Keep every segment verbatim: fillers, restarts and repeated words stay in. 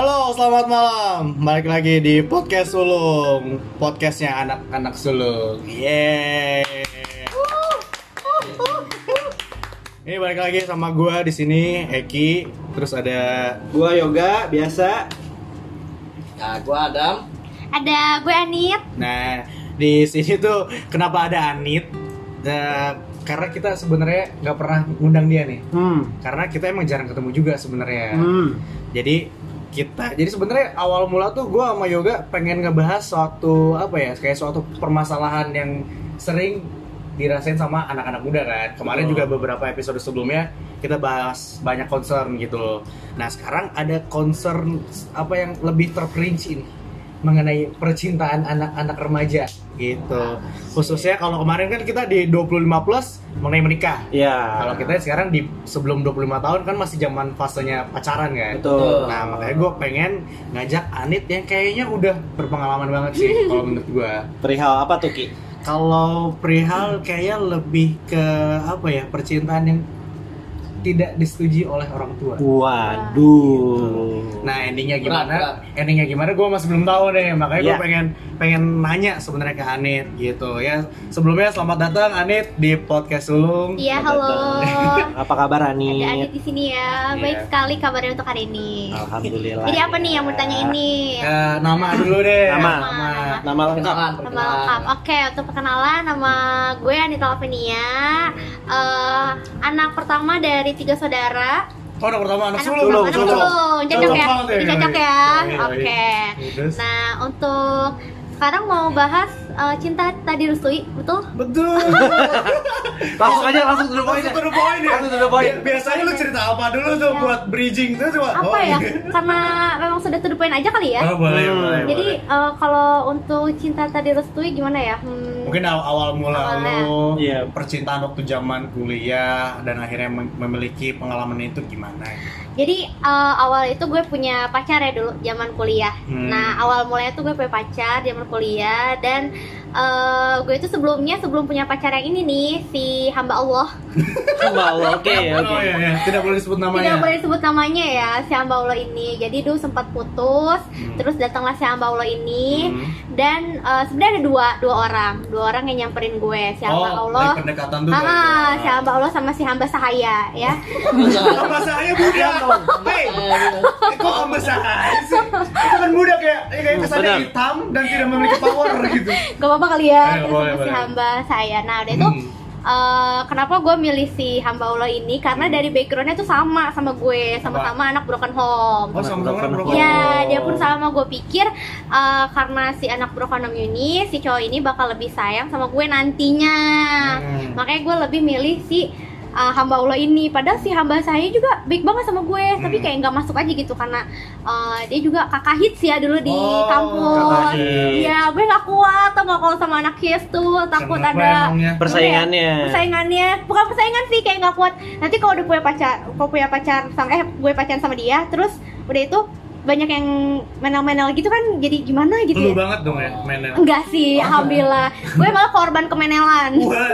Halo, selamat malam. Balik lagi di podcast Sulung, podcastnya anak-anak Sulung. Yeay. Ini balik lagi sama gua di sini, Eki. Terus ada gua Yoga biasa. Ya, gua Adam. Ada gue Anit. Nah, di sini tuh kenapa ada Anit? Nah, karena kita sebenarnya nggak pernah ngundang dia nih. Hmm. Karena kita emang jarang ketemu juga sebenarnya. Hmm. Jadi kita, jadi sebenarnya awal mula tuh gue sama Yoga pengen ngebahas suatu apa ya, kayak suatu permasalahan yang sering dirasain sama anak-anak muda kan. Kemarin oh. juga beberapa episode sebelumnya kita bahas banyak concern gitu loh. Nah sekarang ada concern apa yang lebih terperinci nih mengenai percintaan anak-anak remaja gitu. Khususnya kalau kemarin kan kita di dua puluh lima plus mengenai menikah. Iya. Kalau kita sekarang di sebelum dua puluh lima tahun kan masih zaman fasenya pacaran kan. Betul. Nah, makanya gue pengen ngajak Anit yang kayaknya udah berpengalaman banget sih kalau menurut gue. Perihal apa tuh, Ki? Kalau perihal kayaknya lebih ke apa ya, percintaan yang tidak disetujui oleh orang tua. Waduh. Nah endingnya gimana? Berat, berat. Endingnya gimana? Gue masih belum tahu deh. Makanya gue Yeah. pengen pengen nanya sebenarnya ke Anit gitu ya. Sebelumnya selamat datang Anit di podcast Sulung. Iya, halo. Apa kabar Ani? Ada Anit di sini ya. Baik Iya. sekali kabarnya untuk hari ini. Alhamdulillah. Jadi apa nih yang mau ditanya ini? Eh, nama dulu deh. Nama. Nama. Nama lengkap. Perkenalan, Nama perkenalan. lengkap. Oke, untuk perkenalan nama gue Anita Lavenia. Eh, anak pertama dari tiga saudara. Oh, anak pertama anak Anak sulung. pertama anak sulung. Cocok ya? banget Ini cocok ya. Iya, iya, Oke. iya. Terus? Nah, untuk sekarang mau bahas eh, cinta tak direstui, betul? Betul. Langsung aja, langsung to the point. Langsung to the point ya. Langsung to the point. Bi- Biasanya lu cerita apa dulu tuh Ya. buat bridging tuh coba. Apa ya? iya. Karena memang sudah to the point aja kali ya. Oh, boleh, Hmm. boleh. Jadi boleh. eh, kalau untuk cinta tak direstui gimana ya? Hmm, Mungkin aw- awal mula Awalnya. lu Iya. percintaan waktu zaman kuliah dan akhirnya mem- memiliki pengalaman itu gimana? Jadi eh, awal itu gue punya pacar ya dulu zaman kuliah. Hmm. Nah awal mulanya tuh gue punya pacar zaman kuliah dan eh, gue itu sebelumnya sebelum punya pacar yang ini nih si hamba Allah. Hamba Allah. Oke, oke. Oh iya, iya. Tidak boleh disebut namanya. Tidak boleh disebut namanya ya si hamba Allah ini. Jadi dulu sempat putus, Hmm. terus datanglah si hamba Allah ini Hmm. dan eh, sebenarnya ada dua dua orang, dua orang yang nyamperin gue si hamba Oh, Allah. dari pendekatan tuh. Ah, si hamba Allah sama si hamba sahaya ya. Hamba saya budak. Hei, kok hamba saya sih? Itu kan budak ya, ya kayak kesannya Benar. hitam dan tidak memiliki power gitu. Gak apa-apa kali ya, Eh, terus boleh, sama si boleh. hamba saya. Nah udah itu Hmm. eh, kenapa gue milih si hamba Allah ini? Karena dari backgroundnya tuh sama sama gue, sama-sama anak broken home. Oh, sama-sama Broken broken home. Iya, home. dia pun sama. Gue pikir eh, karena si anak broken home ini, si cowok ini bakal lebih sayang sama gue nantinya. Hmm. Makanya gue lebih milih si uh, hamba Allah ini. Padahal si hamba saya juga baik banget sama gue, tapi Hmm. kayak nggak masuk aja gitu karena uh, dia juga kakak hits ya dulu di Oh, kampus. kakak hits. Iya, gue nggak kuat tau nggak kalau sama anak hits tuh, takut Kenapa ada emangnya? Persaingannya. persaingannya. Bukan persaingan sih, kayak nggak kuat. Nanti kalau udah punya pacar, kalau punya pacar sama eh gue pacaran sama dia, terus udah itu banyak yang menel-menel gitu kan, jadi gimana gitu Lu ya? banget dong ya, mainnya. Enggak sih, alhamdulillah. Gue malah korban kemenelan.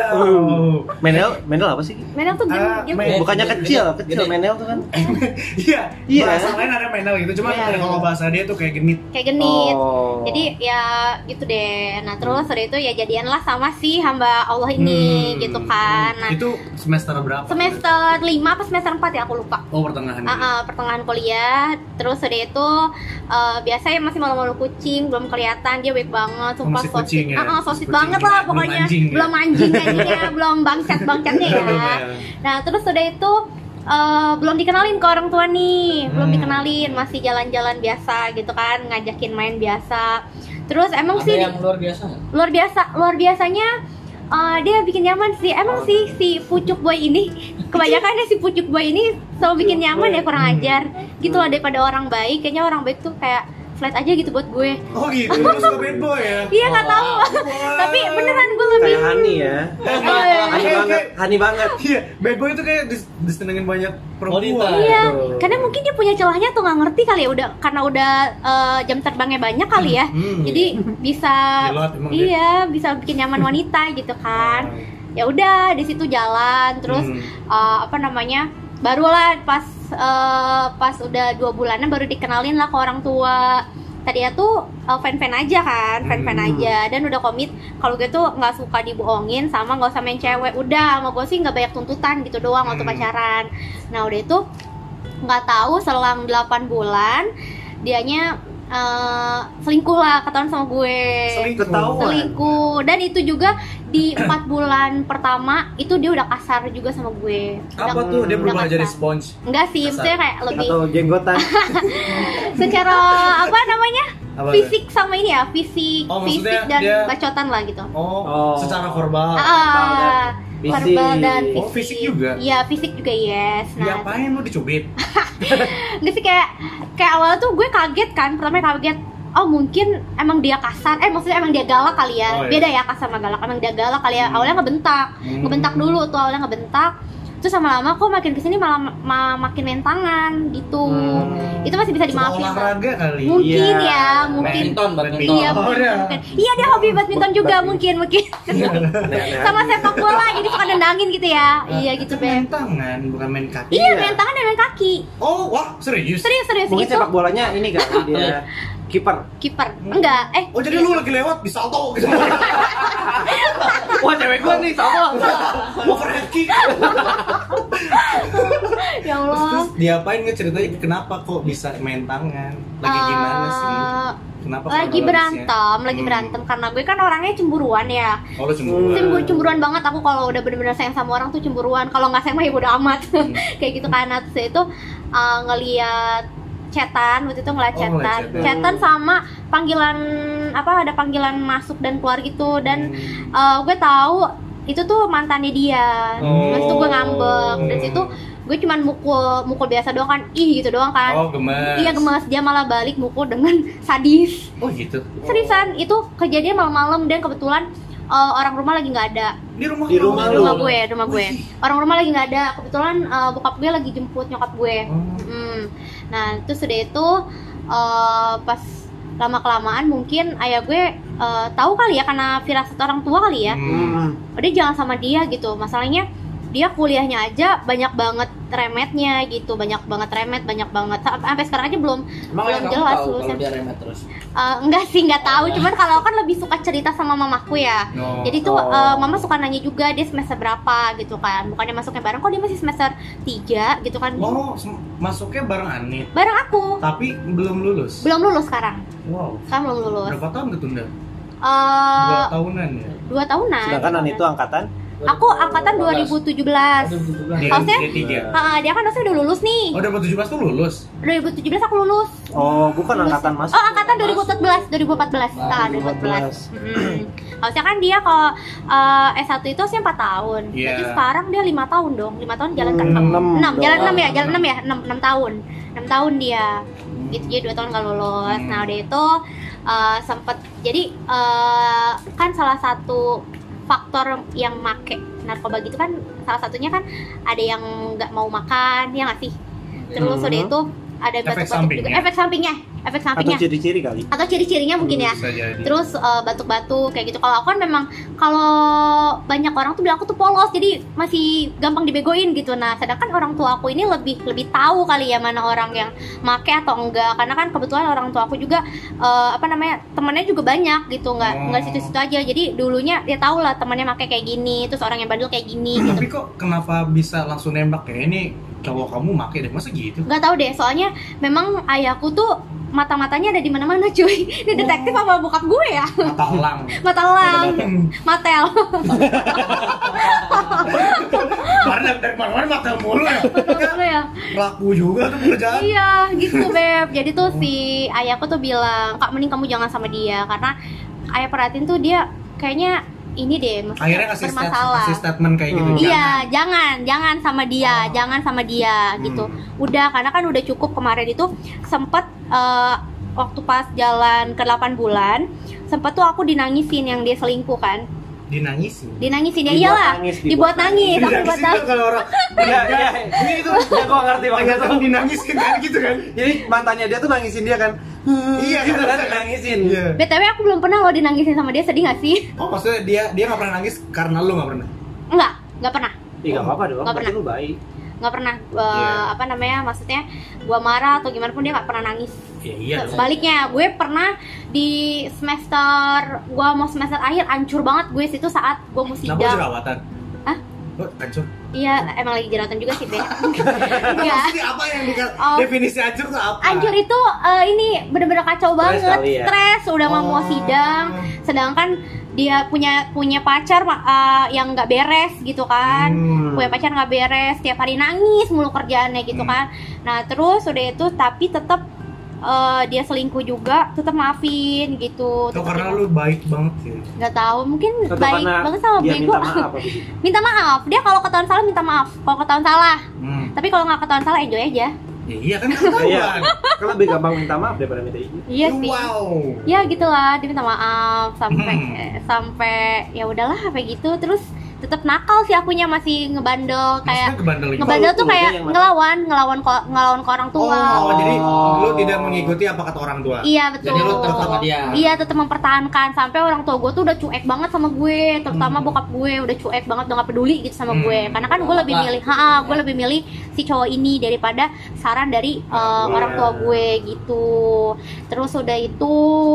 Wow. Menel, menel apa sih? Menel tuh Ah, gini, men- Bukannya kecil, kecil Gede. menel tuh kan. Iya, Iya. bahasa lain ada menel gitu, cuman Iya. kalau bahasa dia tuh kayak genit. kayak genit. Oh. Jadi ya gitu deh. Nah terus udah itu ya jadianlah sama si hamba Allah ini Hmm. gitu kan. Nah Itu semester berapa? semester lima apa semester empat ya aku lupa. Oh, pertengahan. Ah, ah, pertengahan kuliah. Terus udah itu eh, biasa ya masih malu-malu kucing, belum kelihatan, dia baik banget, Oh, sumpah masih so kucing sweet. ya? Ah, ah, so Masih sweet kucing banget ya? lah Belum pokoknya. anjing ya? Belum anjing anjingnya, belum bangsat-bangsatnya ya. Nah, terus udah itu eh, belum dikenalin ke orang tua nih, belum Hmm. dikenalin, masih jalan-jalan biasa gitu kan, ngajakin main biasa. Terus emang Ada sih yang luar biasa nggak? luar biasa, luar biasanya eh, dia bikin nyaman sih. Emang sih si pucuk boy ini kebanyakan ya si pucuk boy ini selalu bikin nyaman ya, kurang ajar. Gitu lah, daripada orang baik, kayaknya orang baik tuh kayak flat aja gitu buat gue. Oh gitu, lu suka bad boy ya? Iya nggak tahu, tapi beneran gue lebih. Kayak Hani ya. Oh, iya. Hani banget, Hani banget. Iya, bad boy itu kayak dis- disenengin banyak perempuan. Wanita. Iya, Tuh. karena mungkin dia punya celahnya tuh nggak ngerti kali ya, udah karena udah eh, jam terbangnya banyak kali ya, Hmm. jadi bisa, Gilot emang dia. iya bisa bikin nyaman wanita gitu kan. Ya udah di situ jalan, terus Hmm. eh, apa namanya, barulah pas eh, pas udah dua bulanan baru dikenalin lah ke orang tua. Tadinya tuh uh, fan-fan aja kan, fan-fan Hmm. aja, dan udah komit kalau gue tuh nggak suka dibohongin sama nggak usah main cewek. Udah, sama gue sih nggak banyak tuntutan gitu doang waktu Hmm. pacaran. Nah udah itu nggak tahu selang delapan bulan dianya uh, selingkuh lah, ketahuan sama gue. Selingkuh. Ketahuan. Selingkuh. Dan itu juga di empat bulan pertama itu dia udah kasar juga sama gue. Apa Udah- tuh dia udah berubah kasar. jadi sponge? Enggak sih, Kasar. maksudnya kayak lebih Atau jenggotan. secara apa namanya? Apa Fisik sama ini ya, fisik, Oh, maksudnya fisik dan dia- bacotan lah gitu. Oh, Oh. secara verbal. Ah, fisik. verbal dan fisik. Oh, fisik juga? Iya, fisik juga yes. Nah, Diapain lu dicubit? nggak sih kayak kayak awal tuh gue kaget kan, pertama kaget. Oh mungkin emang dia kasar, eh maksudnya emang dia galak kali ya. Oh, iya. Beda ya kasar sama galak, emang dia galak kali ya. Awalnya ngebentak, Hmm. ngebentak dulu tuh awalnya ngebentak. Terus lama-lama kok makin kesini malah ma- makin main tangan gitu. Hmm. Itu masih bisa Suka dimaafin. Bang. olahraga kali. Mungkin Iya. ya, mungkin. Badminton, badminton. Iya, Oh, mungkin, iya. mungkin. Iya dia hobi badminton juga Badminton. mungkin mungkin. Nenek Sama aja. sepak bola jadi suka nendangin gitu ya. Iya gitu Kan main Beb. tangan, bukan main kaki. Iya main tangan dan main kaki. Oh, wah, serius? Serius serius Mungkin itu sepak bolanya ini kali dia kiper. kiper. Enggak, eh. Oh, jadi lu lagi lewat disalto gitu. Wah, cewek gua nih sama. Overhead kick. Ya Allah. Terus diapain nggak ceritanya kenapa kok bisa main tangan? Lagi gimana sih? Eh, Kenapa lagi kronologisnya? berantem, lagi Hmm. berantem karena gue kan orangnya cemburuan ya. Oh, lu cemburuan. Cemburu cemburuan banget aku kalau udah bener-bener sayang sama orang tuh cemburuan. Kalau nggak sayang mah ya bodo amat. Hmm. Kayak gitu kan. Nah, terus itu uh, ngeliat chatan, waktu itu ngeliat Oh, chatan. ngeliat chatan. Chatan sama panggilan apa ada panggilan masuk dan keluar gitu dan Hmm. uh, gue tahu itu tuh mantannya dia. Oh. Terus itu gue ngambek. Dari situ gue cuman mukul mukul biasa doang kan. Ih gitu doang kan. Oh, gemes. Iya gemes, dia malah balik mukul dengan sadis. Oh, gitu. Seriusan, itu kejadian malam-malam dan kebetulan uh, orang rumah lagi nggak ada. Di rumah Di lu? rumah Di lu. rumah gue, rumah gue. Wih. Orang rumah lagi nggak ada. Kebetulan uh, bokap gue lagi jemput nyokap gue. Oh. Mm. Nah, terus udah itu uh, pas lama kelamaan mungkin ayah gue uh, tahu kali ya karena firasat orang tua kali ya. Hmm. Udah jangan sama dia gitu. Masalahnya dia kuliahnya aja banyak banget remetnya gitu, banyak banget remet, banyak banget Sam- sampai sekarang aja belum Emang belum ayah kamu jelas tahu lulusnya. kalau dia remet terus? Eh, enggak sih, enggak tahu. Oh, Cuman kalau kan lebih suka cerita sama mamaku ya. Oh. Jadi tuh Oh. eh, mama suka nanya juga dia semester berapa gitu kan. Bukannya masuknya bareng, kok dia masih semester tiga gitu kan. Oh, sem- masuknya bareng Anit, Bareng aku. tapi belum lulus. Belum lulus sekarang. Wow. Sekarang belum lulus. Berapa tahun ketunda? Eh, Dua tahunan ya. dua tahunan. Sedangkan An itu angkatan Aku angkatan dua ribu tujuh belas. Dia Harusnya- dia tiga. Ah, dia kan harusnya udah lulus nih. Oh, dua ribu tujuh belas tuh lulus. dua ribu tujuh belas aku lulus. Oh, bukan angkatan Mas. Oh, angkatan dua ribu empat belas, dua ribu empat belas. Ah, dua ribu empat belas. Mm-mm. Harusnya kan dia kalau eh, S satu itu harusnya empat tahun. Iya. Berarti sekarang dia lima tahun dong. lima tahun jalan ke Hmm, enam. enam. enam, jalan Doang. enam ya, jalan enam ya, enam, enam tahun. enam tahun dia. Gitu jadi dua tahun nggak lulus. Hmm. Nah, udah itu eh, sempet jadi eh, kan salah satu faktor yang make narkoba gitu kan salah satunya kan ada yang nggak mau makan, ya nggak sih? Terus Hmm. udah itu ada Efek batuk-batuk juga. sampingnya. Efek sampingnya, efek Atau sampingnya. ciri-ciri kali. Atau ciri-cirinya mungkin ya. Bisa jadi. Terus eh, batuk-batuk kayak gitu. Kalau aku kan memang kalau banyak orang tuh bilang aku tuh polos, jadi masih gampang dibegoin gitu. Nah, sedangkan orang tua aku ini lebih lebih tahu kali ya mana orang yang make atau enggak. Karena kan kebetulan orang tua aku juga eh, apa namanya temannya juga banyak gitu, nggak Oh. nggak situ-situ aja. Jadi dulunya dia tahu lah temannya make kayak gini, terus orang yang bandel kayak gini gitu. Tapi kok kenapa bisa langsung nembak kayak ini cowok kamu make deh, masa gitu? Nggak tahu deh, soalnya memang ayahku tuh mata-matanya ada di mana-mana cuy. Ini detektif apa bokap gue ya? Mata elang. Mata elang, matel. Karena dari mana-mana mata mulu ya. Mata gue ya. Laku juga tuh pekerjaan. Iya gitu Beb. Jadi tuh si ayahku tuh bilang, Kak mending kamu jangan sama dia. Karena ayah perhatiin tuh dia kayaknya ini deh maksudnya Akhirnya kasih, stat- bermasalah. kasih statement kayak gitu. Hmm. Iya, jangan, jangan sama dia, Oh. jangan sama dia gitu. Hmm. Udah, karena kan udah cukup kemarin itu sempet eh, waktu pas jalan ke delapan bulan, sempet tuh aku dinangisin yang dia selingkuh kan. Dinangisin. Dinangisin ya Dibuat iyalah. nangis, dibuat, dibuat nangis, aku buat Dinangisin nangis. kan kalau orang Iya, iya. ini itu Ya gua ngerti maksudnya. kelihatan dinangisin kan gitu kan. Jadi mantannya dia tuh nangisin dia kan. Iya, gitu kan kan. nangisin. Iya. B T W aku belum pernah loh dinangisin sama dia, sedih gak sih? Oh, maksudnya dia dia nggak pernah nangis karena lu nggak pernah. Enggak, enggak pernah. Ih, enggak apa-apa dong. Nggak Berarti pernah. lu baik. nggak pernah uh, Iya. apa namanya maksudnya gue marah atau gimana pun dia nggak pernah nangis. Iya, iya. Sebaliknya gue pernah di semester gue mau semester akhir hancur banget gue situ saat gue mau Kenapa sidang. jerawatan? Hah? Oh, hancur. Iya emang lagi jerawatan juga sih deh. Enggak. Maksudnya apa yang di Oh. definisi hancur tuh apa? Hancur itu uh, ini bener-bener kacau banget, kali ya. stres udah nggak mau Oh. sidang, sedangkan dia punya punya pacar uh, yang nggak beres gitu kan, Hmm. punya pacar nggak beres, tiap hari nangis mulu kerjaannya gitu Hmm. kan. Nah terus udah itu tapi tetap uh, dia selingkuh juga, tetap maafin gitu. Itu Tetep karena dia- lu baik banget sih. nggak tahu mungkin Atau baik karena banget sama dia bego. minta maaf apa gitu. Minta maaf, dia kalau ketahuan salah minta maaf, kalau ketahuan salah. Hmm. Tapi kalau nggak ketahuan salah enjoy aja. Ya, iya kan Iya. ketahuan. Kan lebih gampang minta maaf daripada minta izin. Iya sih. Wow. Ya gitulah, dia minta maaf sampai Hmm. eh, sampai ya udahlah sampai gitu. Terus tetap nakal sih akunya, masih ngebandel kayak Maksudnya kebandelan. ngebandel tuh Lu kayak yang mana? ngelawan ngelawan ko- ngelawan ke orang tua. Oh, jadi Oh. lu tidak mengikuti apa kata orang tua. Iya betul. Jadi lu tetap sama dia. Iya tetap mempertahankan sampai orang tua gue tuh udah cuek banget sama gue, terutama Hmm. bokap gue udah cuek banget, udah gak peduli gitu sama Hmm. gue. Karena kan gue lebih Apa? milih, ha, gue lebih milih si cowok ini daripada saran dari uh, Iya. orang tua gue gitu. Terus udah itu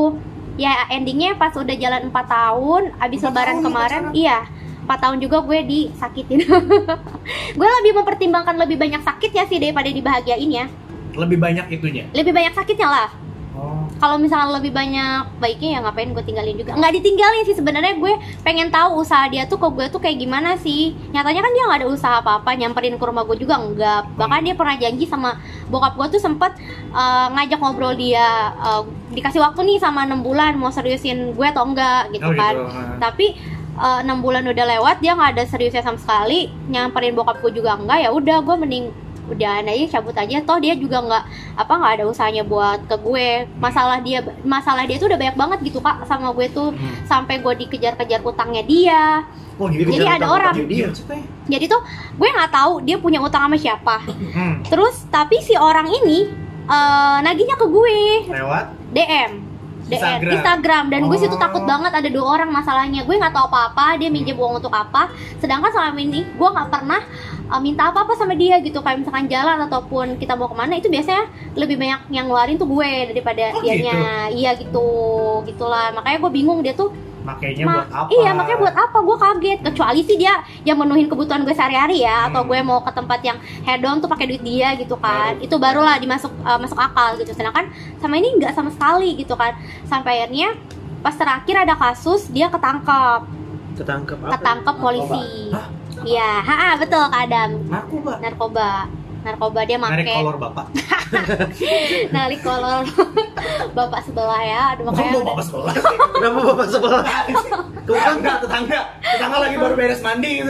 ya endingnya pas udah jalan empat tahun, abis Empat lebaran tahun lu kemarin, pacaran? iya empat tahun juga gue disakitin. Gue lebih mempertimbangkan lebih banyak sakitnya sih daripada dibahagiain ya. Lebih banyak itunya. Lebih banyak sakitnya lah. Oh. Kalau misalnya lebih banyak baiknya ya ngapain gue tinggalin juga. Nggak ditinggalin sih sebenarnya, gue pengen tahu usaha dia tuh ke gue tuh kayak gimana sih. Nyatanya kan dia nggak ada usaha apa-apa, nyamperin ke rumah gue juga enggak. Bahkan dia pernah janji sama bokap gue tuh sempet uh, ngajak ngobrol dia, uh, dikasih waktu nih sama enam bulan mau seriusin gue atau enggak gitu Oh, kan. gitu. Nah. Tapi uh, enam bulan udah lewat, dia nggak ada seriusnya sama sekali, nyamperin bokap gue juga enggak. Ya udah gue mending udah aja cabut aja, toh dia juga nggak apa nggak ada usahanya buat ke gue. Masalah dia masalah dia tuh udah banyak banget gitu kak sama gue tuh. Hmm. Sampai gue dikejar-kejar utangnya dia. Oh, gitu. Jadi ada orang. Dia. Jadi tuh gue nggak tahu dia punya utang sama siapa. Hmm. Terus tapi si orang ini uh, nagihnya ke gue Lewat D M D M Instagram. Instagram, dan gue situ Oh. takut banget ada dua orang masalahnya. Gue nggak tahu apa-apa, dia minjem uang untuk apa, sedangkan selama ini gue nggak pernah uh, minta apa-apa sama dia gitu. Kayak misalkan jalan ataupun kita mau kemana, itu biasanya lebih banyak yang ngeluarin tuh gue daripada Oh, dianya. Iya gitu, gitulah. Makanya gue bingung dia tuh makainya Ma- buat apa? iya makanya buat apa, gue kaget. Kecuali sih dia yang menuhin kebutuhan gue sehari-hari ya, atau Hmm. gue mau ke tempat yang hedon tuh pakai duit dia gitu kan. Baru. Itu barulah dimasuk uh, masuk akal gitu. Sedangkan sama ini nggak sama sekali gitu kan. Sampai akhirnya pas terakhir ada kasus dia ketangkep, Ketangkep apa? ketangkep polisi. Hah? Iya, ha betul Kak Adam. Narkoba. Narkoba. Narkoba dia Narik make kolor bapak. narik kolor bapak sebelah ya. Aduh Oh, makanya mau udah- bapak sekolah. Kenapa bapak sebelah? Tetangga, tetangga, tetangga lagi baru beres mandi gitu.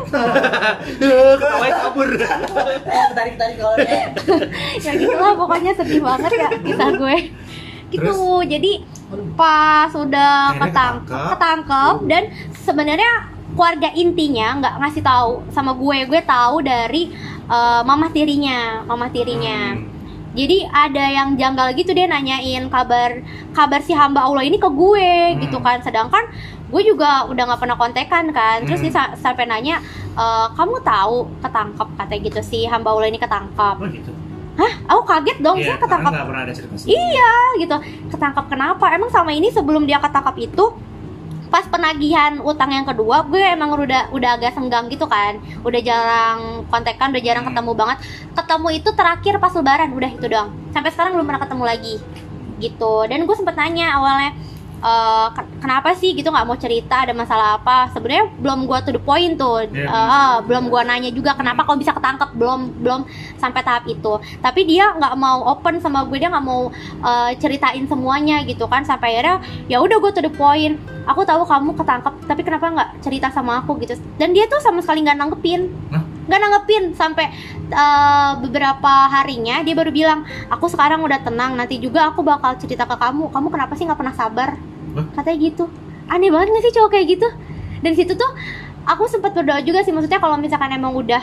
Ketawain kabur. Tarik tarik kalau ya gitu lah pokoknya sedih banget ya kisah gue gitu. Terus? Jadi pas udah Akhirnya ketangkep ketangkep. ketangkep dan sebenarnya keluarga intinya nggak ngasih tahu sama gue. Gue tahu dari uh, mama tirinya mama tirinya Hmm. Jadi ada yang janggal gitu, dia nanyain kabar kabar si hamba Allah ini ke gue Hmm. gitu kan. Sedangkan gue juga udah nggak pernah kontekan kan. Terus Hmm. dia sa- sampai nanya, e, kamu tahu ketangkep katanya gitu, si hamba Allah ini ketangkep. Oh gitu. Hah? Aku kaget dong, Iya, saya karena ketangkep. nggak pernah ada cerita sih. Iya gitu, ketangkep kenapa? Emang sama ini sebelum dia ketangkep itu, pas penagihan utang yang kedua, gue emang udah udah agak senggang gitu kan, udah jarang kontekan, udah jarang Hmm. ketemu banget. Ketemu itu terakhir pas lebaran, udah itu doang. Sampai sekarang belum pernah ketemu lagi gitu. Dan gue sempet nanya awalnya, e, ke- kenapa sih gitu nggak mau cerita, ada masalah apa? Sebenarnya belum gue to the point tuh. Iya, Eh, eh, belum gue nanya juga kenapa kau bisa ketangkep, belum belum sampai tahap itu. Tapi dia nggak mau open sama gue, dia nggak mau eh, ceritain semuanya gitu kan. Sampai akhirnya ya udah gue to the point, aku tahu kamu ketangkep tapi kenapa nggak cerita sama aku gitu. Dan dia tuh sama sekali nggak nanggepin. Hah? Nggak nanggepin sampai eh, beberapa harinya dia baru bilang, aku sekarang udah tenang, nanti juga aku bakal cerita ke kamu. Kamu kenapa sih nggak pernah sabar? Hah? Katanya gitu. Aneh banget nggak sih cowok kayak gitu? Dan situ tuh aku sempat berdoa juga sih, maksudnya kalau misalkan emang udah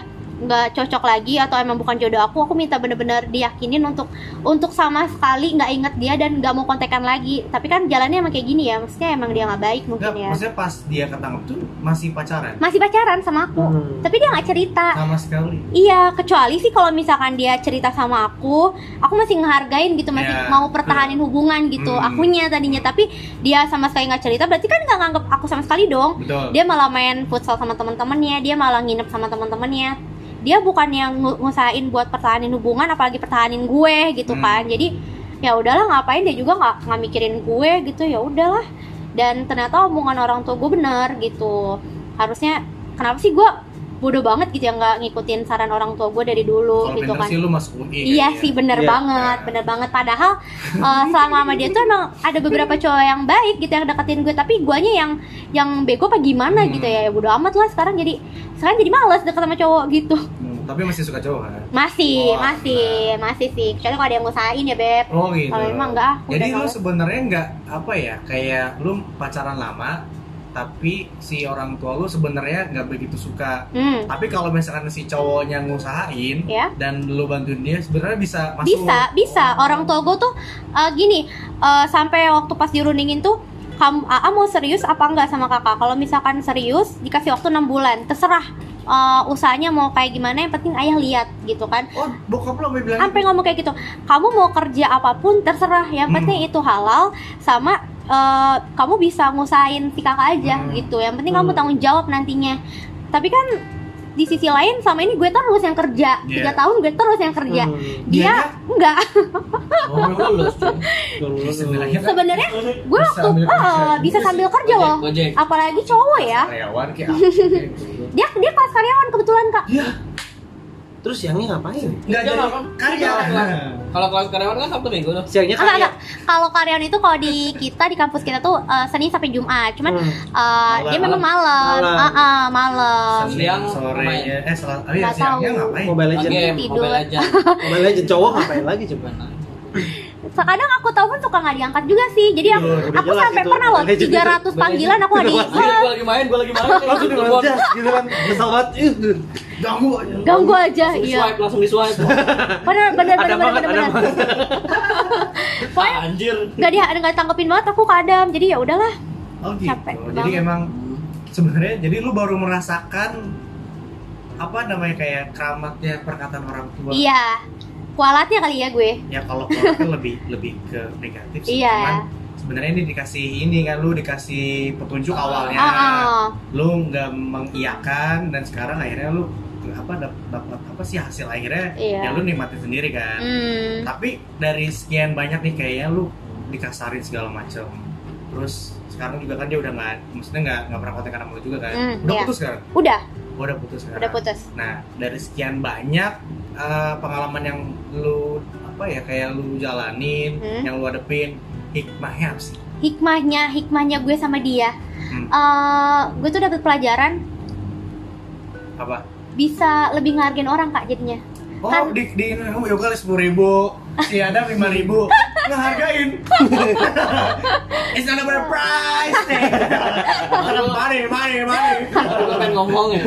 nggak cocok lagi atau emang bukan jodoh aku, aku minta bener-bener diyakinin untuk untuk sama sekali nggak inget dia dan nggak mau kontekan lagi. Tapi kan jalannya emang kayak gini ya, maksudnya emang dia nggak baik mungkin Nggak, ya. maksudnya pas dia ketangkep tuh masih pacaran? Masih pacaran sama aku, Hmm. tapi dia nggak cerita. Sama sekali. Iya, kecuali sih kalau misalkan dia cerita sama aku, aku masih ngehargain gitu, masih Ya. mau pertahanin hubungan gitu. Hmm. Akunya tadinya, tapi dia sama sekali nggak cerita, berarti kan nggak nganggep aku sama sekali dong. Betul. Dia malah main futsal sama teman-temannya, dia malah nginep sama teman-temannya. Dia bukan yang ng- ngusahain buat pertahanin hubungan, apalagi pertahanin gue gitu Hmm. kan. Jadi ya udahlah, ngapain, dia juga nggak nggak mikirin gue gitu, ya udahlah. Dan ternyata omongan orang tua gue bener gitu. Harusnya kenapa sih gue bodoh banget gitu ya nggak ngikutin saran orang tua gue dari dulu Kalau gitu bener kan. sih lu masuk U I. Iya kayaknya. sih, bener Iya. banget, Nah. bener banget. Padahal uh, selama sama dia tuh emang ada beberapa cowok yang baik gitu yang deketin gue, tapi guanya yang yang bego apa gimana Hmm. gitu ya. Ya bodo amat lah, sekarang jadi sekarang jadi males deket sama cowok gitu. Hmm, tapi masih suka cowok kan? Masih, Oh, masih, masih sih. Kecuali kalau ada yang ngusahain ya, Beb. Oh gitu. Kalau emang enggak, aku Jadi udah lu males. sebenarnya nggak apa ya, kayak lu pacaran lama, tapi si orang tua lu sebenarnya nggak begitu suka. Hmm. Tapi kalau misalkan si cowoknya ngusahain Ya. dan lu bantuin dia, sebenarnya bisa masuk. Bisa, bisa. Orang tua gue tuh uh, gini, uh, sampai waktu pas dirundingin tuh, kamu A A mau serius apa enggak sama kakak? Kalau misalkan serius, dikasih waktu enam bulan, terserah. Uh, usahanya mau kayak gimana, yang penting ayah lihat gitu kan. Oh, bokap lu sampai bilang Sampai ngomong kayak gitu, kamu mau kerja apapun terserah, yang Hmm. penting itu halal, sama uh, kamu bisa ngusahain si kakak aja Hmm. gitu. Yang penting Hmm. kamu tanggung jawab nantinya. Tapi kan di sisi lain sama ini gue terus yang kerja, tiga Yeah. tahun gue terus yang kerja. Hmm. Dia enggak. Oh, lulus cuy. Lulus. Sebenarnya kan Sebenarnya gue Bisa waktu sambil ah, kerja. bisa sambil kerja loh. Gojek. Apalagi cowok ya. karyawan kayak apa gitu. Dia dia kelas karyawan kebetulan Kak. Terus siangnya ngapain? Nggak Dia jadi nggak- karyawan. Kalau kelas karyawan kan Sabtu Minggu tuh. Siangnya Enggak, kaya. enggak. Kalau karyawan itu kalau di kita di kampus kita tuh eh, Senin sampai Jumat. Cuman Hmm. eh, dia Malam. memang malam. Malam. Ah, ah, malam. Senin Siang sore main. ya. Eh, setelah oh, iya, Nggak siangnya tahu. ngapain? Mobile Legends. Game, Tidur. Mobile Legends. Mobile Legends cowok ngapain lagi coba? Kadang aku telepon suka nggak diangkat juga sih. Jadi aku, Iya, udah aku jelas sampai itu. pernah loh Legend itu. tiga ratus panggilan aku nggak di Udah Anjir, gua lagi main, gua lagi main. Langsung Telepon. dibalas gitu kan. Kesel banget. Ih. Ganggu aja. ganggu aja. Langsung di Iya. swipe, langsung di swipe. Bener bener Ada bener banget, bener ada bener. banget. Pokoknya Anjir. nggak dia nggak tanggepin banget aku ke Adam. Jadi ya udahlah. Oh gitu. Capek Jadi banget. emang sebenarnya jadi lu baru merasakan apa namanya kayak keramatnya perkataan orang tua. Iya. Kualatnya kali ya gue. Ya kalau kalau kan lebih lebih ke negatif sih. Iya. Cuman sebenarnya ini dikasih ini kan lu dikasih petunjuk awalnya. Ah, ah. Lu nggak mengiyakan dan sekarang akhirnya lu apa dap- dapat apa sih hasil akhirnya Iya. ya lu nikmatin sendiri kan. Hmm. Tapi dari sekian banyak nih kayaknya lu dikasarin segala macam. Terus sekarang juga kan dia udah nggak, maksudnya nggak nggak pernah kontak sama lu juga kan. Hmm, Udah iya. putus sekarang. Udah, Oh, udah putus sekarang. udah putus. Nah, dari sekian banyak eh, pengalaman yang lu apa ya kayak lu jalanin, Hmm. yang lu hadepin, hikmahnya apa sih? Hikmahnya, hikmahnya gue sama dia. Hmm. Eh, gue tuh dapat pelajaran Apa? bisa lebih ngehargain orang Kak jadinya. Oh, Kan- di di kamu yoga sepuluh ribu, si Adam lima ribu, ngehargain. It's not about the price. Money, money, money. Baru gua pengen ngomong ya.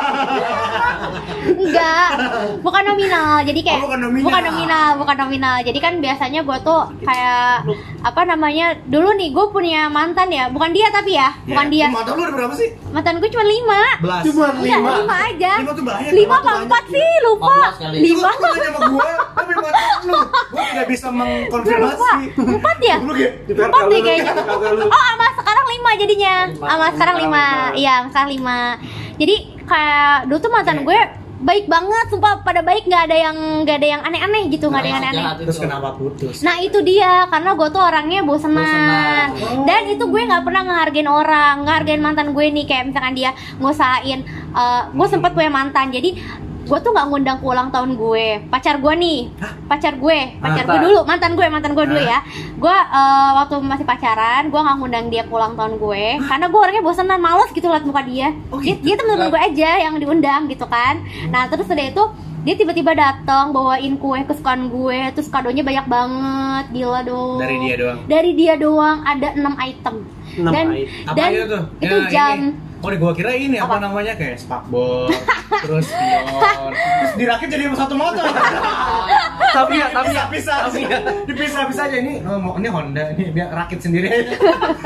Enggak, bukan nominal. Jadi kayak Oh, bukan nominal. bukan nominal, bukan nominal. Jadi kan biasanya gue tuh kayak apa namanya? Dulu nih gue punya mantan ya, bukan dia tapi ya, bukan dia. Mantan lu ada berapa sih? Mantan gue cuma lima. Belas. Cuma Enggak, lima. lima aja. Lima tuh banyak. Lima Lima tuh apa banyak, empat ya. sih? Lupa. empat belas kali. Lima. Lu nanya sama gue, tapi mantan lu. Gue tidak bisa Gue lupa. mengkonfirmasi. Empat ya? Lu kayak Empat deh kayaknya. Kagak lu. Oh, sama sekarang lima jadinya. Lima. Sama sekarang lima. Lima. Iya, sekarang lima. Jadi kayak dulu tuh mantan gue baik banget, sumpah pada baik, nggak ada yang nggak ada yang aneh-aneh gitu, nggak ada yang aneh-aneh. Jahat itu. Terus kenapa putus? Nah itu dia, karena gue tuh orangnya bosenan, Bosenan. dan itu gue nggak pernah ngehargain orang, ngehargain mantan gue nih, kayak misalkan dia ngusahain, uh, gue sempet punya mantan, jadi gue tuh nggak ngundang ke ulang tahun gue, pacar gue nih, pacar gue, pacar gue Mantan. dulu, mantan gue, mantan gue dulu ya, gue uh, waktu masih pacaran, gue nggak ngundang dia ke ulang tahun gue, karena gue orangnya bosenan, males gitu liat muka dia, Oh, dia, gitu? dia temen-temen gue aja yang diundang gitu kan, nah terus udah itu dia tiba-tiba datang bawain kue kesukaan gue, terus kadonya banyak banget, gila dong. Dari dia doang. Dari dia doang ada enam item. Enam dan item. Apa dan aja tuh? itu Ya, jam ini. Oh, di gua kira ini apa, Apa? namanya kayak spakbor, terus pion, terus dirakit jadi satu motor. Tapi ya, tapi ya, Bisa, bisa, dipisah-pisah aja ini. Oh, mau ini Honda, ini biar rakit sendiri aja.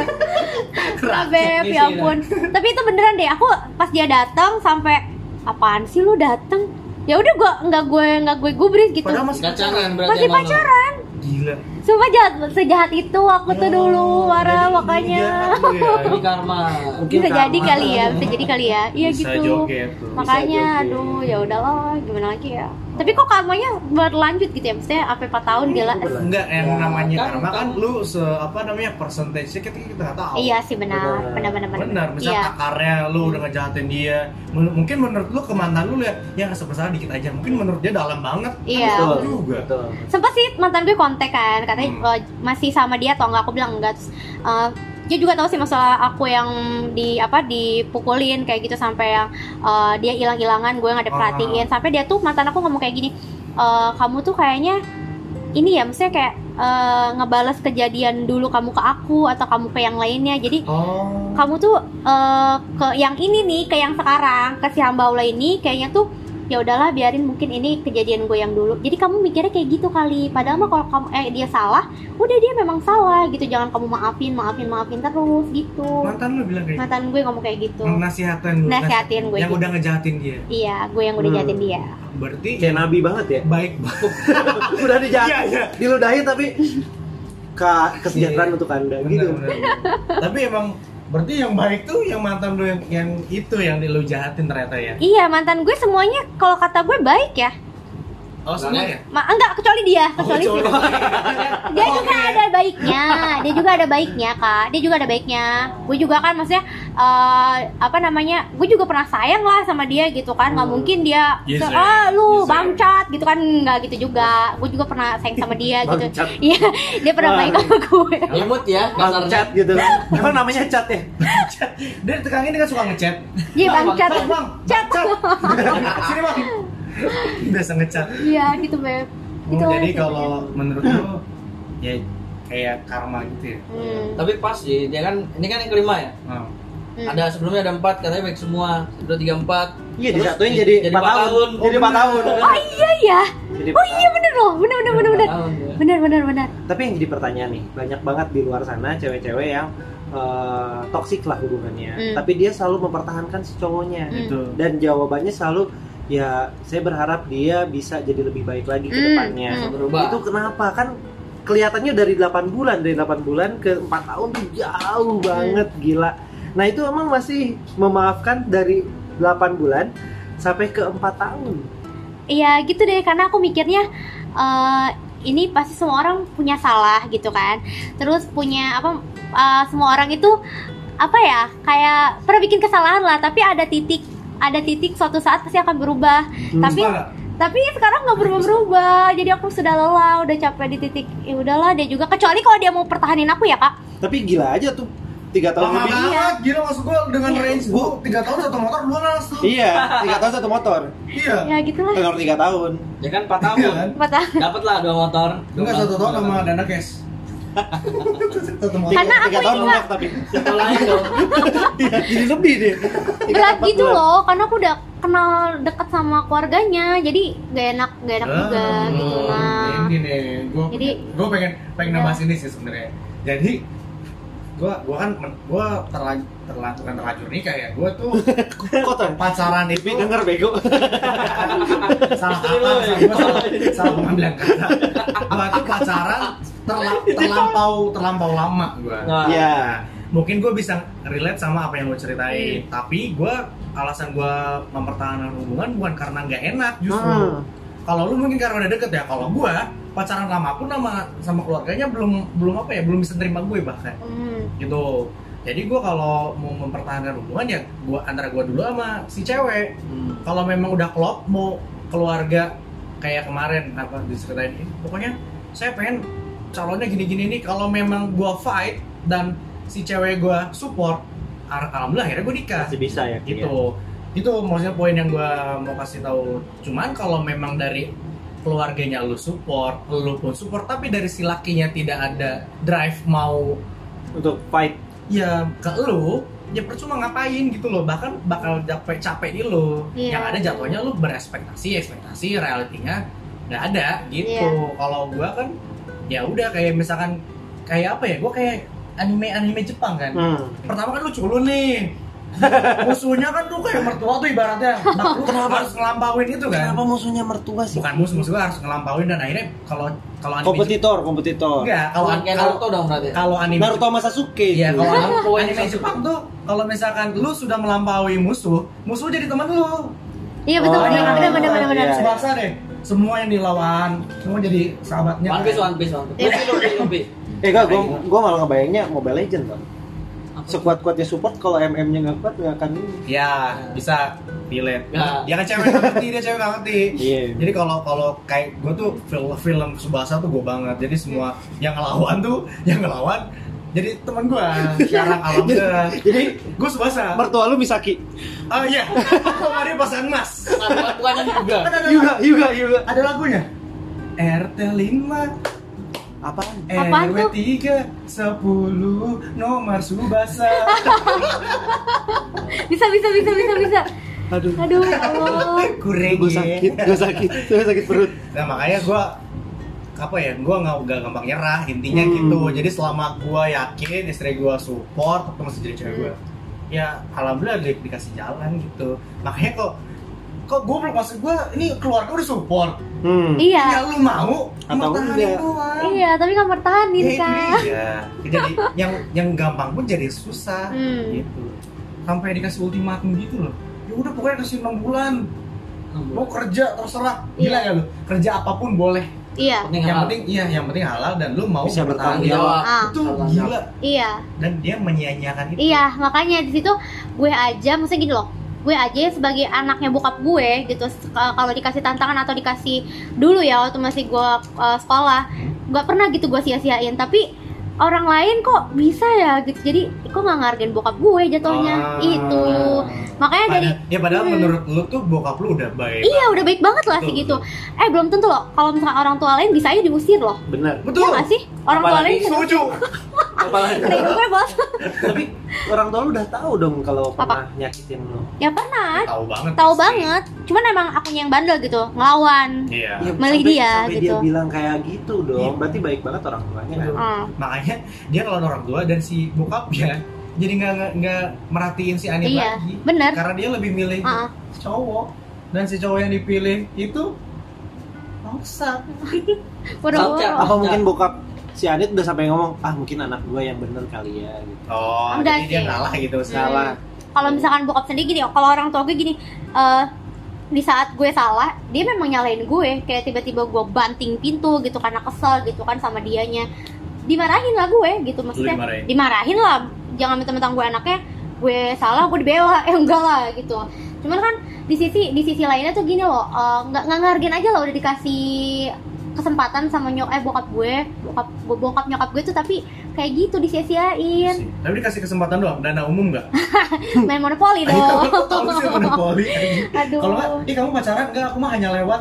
Ah, Beb, Isi, ya ampun. Tapi itu beneran deh, aku pas dia datang sampai apaan sih lu datang? Ya udah gua nggak gue nggak gue gubris gitu. Padahal masih Pacaran berarti Masih sama lu. pacaran. gila. Sumpah jahat, sejahat itu aku tuh dulu, marah jadi makanya. iya, iya. Ini karma. Bisa jadi kali ya, bisa jadi kali ya. Iya Bisa gitu. joget tuh. Makanya Bisa joget. aduh ya udahlah, gimana lagi ya. Tapi kok karmanya berlanjut gitu ya? Maksudnya sampai empat tahun gila. Enggak, yang Ya, namanya kan- karma kan kan- lu se apa namanya persentasenya kita kita nggak tahu. Iya sih benar, benar benar benar. Benar, misal Iya. takarnya lu udah ngejahatin dia. M- mungkin menurut lu ke mantan lu lihat ya sebersalah dikit aja. Mungkin menurut dia dalam banget. Iya. Kan Betul juga. Betul. Sempet sih mantan gue kontak kan, katanya Hmm. eh, masih sama dia atau enggak, aku bilang enggak. Terus, eh, dia juga tahu sih masalah aku yang di apa dipukulin kayak gitu sampai yang eh, dia hilang-hilangan, gue nggak ada Ah. perhatiin. Sampai dia tuh mantan aku ngomong kayak gini, "Eh, kamu tuh kayaknya ini ya, maksudnya kayak eh, ngebales kejadian dulu kamu ke aku atau kamu ke yang lainnya. Jadi Oh. kamu tuh eh, ke yang ini nih, ke yang sekarang, ke si hamba Allah ini kayaknya tuh ya udahlah biarin, mungkin ini kejadian gue yang dulu. Jadi kamu mikirnya kayak gitu kali. Padahal mah kalau kamu eh dia salah, udah dia memang salah gitu. Jangan kamu maafin, maafin, maafin terus gitu. Mantan lu bilang kayak gitu. Mantan gue ngomong kayak gitu. Nasihatin lu. Nasihatin gue Yang gitu. udah ngejahatin dia. Iya, gue yang udah Hmm. jahatin dia. Berarti Kayak nabi banget ya. baik banget. Udah dijahat, Iya, iya. diludahin tapi ke kesejahteraan Iya. untuk anda Bener, gitu. bener, bener. Tapi emang berarti yang baik tuh yang mantan lu yang yang itu yang di lu jahatin ternyata ya. Iya, mantan gue semuanya kalau kata gue baik ya. Oh, semua ya? Ma enggak, kecuali dia, kecuali Oh, sih. kecuali. Dia juga ada baiknya, dia juga ada baiknya kak, dia juga ada baiknya. Gue juga kan maksudnya eh, apa namanya, gue juga pernah sayang lah sama dia gitu kan, nggak mungkin dia Yes, se- sir. ah lu Yes, sir. bangcat gitu kan, nggak gitu juga. Gue juga pernah sayang sama dia gitu. Bangcat. Iya, dia pernah Wah. baik sama gue. Imut ya, Bang kasarnya. cat gitu. Emang namanya cat ya? Dia tekan ini kan suka ngechat. Iya bangcat, Bang, bang, cat. cat. Sini bang. Biasa ngechat. Iya gitu beb. Gitu Oh, jadi sih. kalau menurut lu ya kayak karma gitu ya. Hmm. Tapi pas sih, dia kan ini kan yang kelima ya. Oh. Hmm. Ada sebelumnya ada empat, katanya baik semua. Sudah tiga empat. Iya, Terus disatuin di- jadi jadi empat empat tahun. tahun. Jadi empat tahun. Oh iya ya. Jadi Oh iya bener loh, bener bener bener bener. Empat tahun, ya. Bener bener bener. Tapi yang jadi pertanyaan nih, banyak banget di luar sana cewek-cewek yang eh, toksik lah hubungannya, Hmm. tapi dia selalu mempertahankan si cowoknya. Hmm. Itu. Dan jawabannya selalu ya saya berharap dia bisa jadi lebih baik lagi ke Hmm. depannya. Hmm. Berubah. Itu kenapa? Kan kelihatannya dari delapan bulan, dari delapan bulan ke empat tahun tuh jauh banget, gila. Nah, itu emang masih memaafkan dari delapan bulan sampai ke empat tahun. Iya gitu deh, karena aku mikirnya eh, ini pasti semua orang punya salah gitu kan. Terus punya apa? eh, semua orang itu apa ya? Kayak pernah bikin kesalahan lah, tapi ada titik, ada titik suatu saat pasti akan berubah. Tapi Suka nggak? tapi sekarang nggak berubah-berubah. Jadi aku sudah lelah, udah capek di titik. Ya udahlah, dia juga. Kecuali kalau dia mau pertahanin aku ya kak. Tapi gila aja tuh tiga tahun Lama lebih. banget, gila maksud gua dengan range gua tiga tahun satu motor lunas tuh. Iya, tiga tahun satu motor. Iya. Ya gitulah. Tenor tiga tahun. Ya kan empat tahun. Iya kan? Patah. Dapat lah dua motor. Enggak satu tahun sama dana cash. Satu motor. Tiga, Karena tiga aku tahun juga- lunak tapi. Sekolahin dong. Iya, jadi lebih deh. Tiga Berat empat gitu bulan. loh, karena aku udah kenal deket sama keluarganya. Jadi gak enak, gak enak juga Ah, gitu nah. Ini nih, gua Jadi- gua pengen pengen Ya. ngebahas ini sih sebenarnya. Jadi gua gua kan gua terlanjur terlanjur bukan terlanjur nikah ya. Gua tuh Kok tuh? pacaran itu Tapi denger bego. salah Istri kata, lu, salah, ya. gua salah, salah pengambilan kata. Gua tuh pacaran terla- terlampau terlampau lama gua. Nah, Iya. Mungkin gue bisa relate sama apa yang lo ceritain, tapi gue alasan gue mempertahankan hubungan bukan karena nggak enak justru. Hmm. Kalau lu mungkin karena udah deket ya. Kalau gue pacaran lama pun sama sama keluarganya belum belum apa ya belum bisa terima gue bahkan Hmm. gitu. Jadi gue kalau mau mempertahankan hubungan ya gue antara gue dulu sama si cewek. hmm. Kalau memang udah klop mau keluarga kayak kemarin apa diceritain ini, pokoknya saya pengen calonnya gini-gini nih. Kalau memang gue fight dan si cewek gue support, al- alhamdulillah akhirnya gue nikah Masih bisa ya. gitu. Itu maksudnya poin yang gue mau kasih tahu. Cuman kalau memang dari keluarganya lu support, lu pun support, tapi dari si lakinya tidak ada drive mau Untuk fight. ya ke lu, ya percuma ngapain gitu loh, bahkan bakal capek capek di lo. Iya. Yang ada jatuhnya lo berekspektasinya ekspektasi realitinya nggak ada gitu. Iya. Kalau gua kan ya udah kayak misalkan kayak apa ya, gua kayak anime anime Jepang kan. Hmm. Pertama kan lu culun nih, musuhnya kan tuh kayak mertua tuh ibaratnya. Nah, lu harus ngelampauin itu kan. Kenapa musuhnya mertua sih? Bukan musuh, musuh harus ngelampauin, dan akhirnya kalau kalau anime Kompetitor, kompetitor. enggak, kalau Kalau kayak kalau Naruto dong berarti. kalau anime Naruto sama Sasuke. Iya, itu. kalau Ngelampauin anime Sasuke. Jepang tuh kalau misalkan lu sudah melampaui musuh, musuh jadi teman lu. Iya betul, Oh, benar, iya. benar, benar, benar, benar. Iya. Subasa deh. Semua yang dilawan, semua jadi sahabatnya. One Piece, One Piece, One Piece. Luffy, Luffy, Luffy. Eh gak, gue gue malah ngebayangnya Mobile Legend bang. Sekuat-kuatnya support, kalau M M-nya nggak kuat nggak akan ini. Ya, bisa delete. Ya. Dia kan cewek nggak ngerti, dia cewek nggak ngerti. Iya. Jadi kalau kalau kayak gue tuh film film Subasa tuh gue banget. Jadi semua yang ngelawan tuh, yang ngelawan jadi teman gue. Sekarang alhamdulillah. Jadi Gue Subasa. mertua lu Misaki. Oh iya. Kalau dia pasangan mas. Bukan bukan juga. Kan ada Juga, juga, juga. ada lagunya. R T lima Apaan? Apaan R W tuh? tiga sepuluh nomor Subasa. Bisa, bisa, bisa, bisa, bisa. Aduh. Aduh, ya Allah. Kurang Gue sakit, gue sakit, gue sakit perut. Nah makanya gue apa ya, gue nggak nggak gampang nyerah intinya Hmm. gitu. Jadi selama gue yakin istri gue support, tetap masih jadi cewek gue. Ya alhamdulillah di, dikasih jalan gitu. Makanya kok kok gue belum, maksud gue ini keluarga udah support. Hmm. Iya. Ya lu mau Atau mempertahankan enggak. doang. Iya, tapi nggak bertahanin Ya, itu kan. dia. Jadi yang yang gampang pun jadi susah Hmm. gitu. Sampai dikasih ultimatum gitu loh. Ya udah pokoknya kasih enam bulan. Mau kerja terserah. Gila Iya. ya lu? Kerja apapun boleh. Iya, Penting Yang halal. penting iya, yang penting halal dan lu mau Bisa bertanggung bertanggung jawab. Ah. Itu Halal. gila. iya. Dan dia menyia-nyiakan itu. Iya, makanya di situ gue aja, maksudnya gini loh, gue aja sebagai anaknya bokap gue gitu, s- kalau dikasih tantangan atau dikasih dulu ya waktu masih gue uh, sekolah, nggak pernah gitu gue sia-siain. Tapi orang lain kok bisa ya gitu, jadi kok nggak ngargain bokap gue jatuhnya. Ah. Itu makanya dari Padahal- ya padahal Hmm. menurut lu tuh bokap lu udah baik. iya udah baik banget lah sih Betul, gitu. Eh belum tentu loh, kalau misalnya orang tua lain bisa aja diusir loh. Bener. Betul. Iya nggak sih? Orang tua Apalagi lain bisa Setuju. Apalagi. Keren gue bos. Tapi orang tua lu udah tahu dong kalau Apa? pernah nyakitin lu. Ya pernah, Tahu banget. tahu pasti. banget. Cuman emang akunya yang bandel gitu, ngelawan. Iya. Ya, Milih sampai- dia, sampai gitu. dia bilang kayak gitu dong. Iya. Berarti baik banget orang tuanya kan. Hmm. Makanya dia ngelawan orang tua dan si bokapnya jadi nggak nggak- nggak merhatiin si Anit Iya, lagi. bener. Karena dia lebih milih Ah. cowok, dan si cowok yang dipilih itu maksa. Boro-boro. Cocok. Apa mungkin bokap si Anit udah sampai ngomong, ah mungkin anak gua yang bener kali ya gitu. Oh, Enggak jadi dia sih. ngalah gitu sih. Salah. Kalau misalkan bokap sendiri gini, kalau orang tua gue gini, eh di saat gue salah, dia memang nyalain gue. Kayak tiba-tiba gue banting pintu gitu karena kesel gitu kan sama dianya. Dimarahin lah gue gitu maksudnya. dimarahin? Dimarahin lah. Jangan mentang-mentang gue anaknya, gue salah gue dibela. Eh enggak lah gitu. Cuman kan di sisi di sisi lainnya tuh gini loh, eh, nggak nggak ngargain aja loh udah dikasih kesempatan sama nyok eh bokap gue, bokap bokap nyokap gue tuh, tapi kayak gitu disia-siain. Tapi dikasih kesempatan doang, dana umum nggak? Main monopoli Ayo, dong. tahu sih monopoli. Aduh. Kalau nggak, ih kamu pacaran nggak? Aku mah hanya lewat.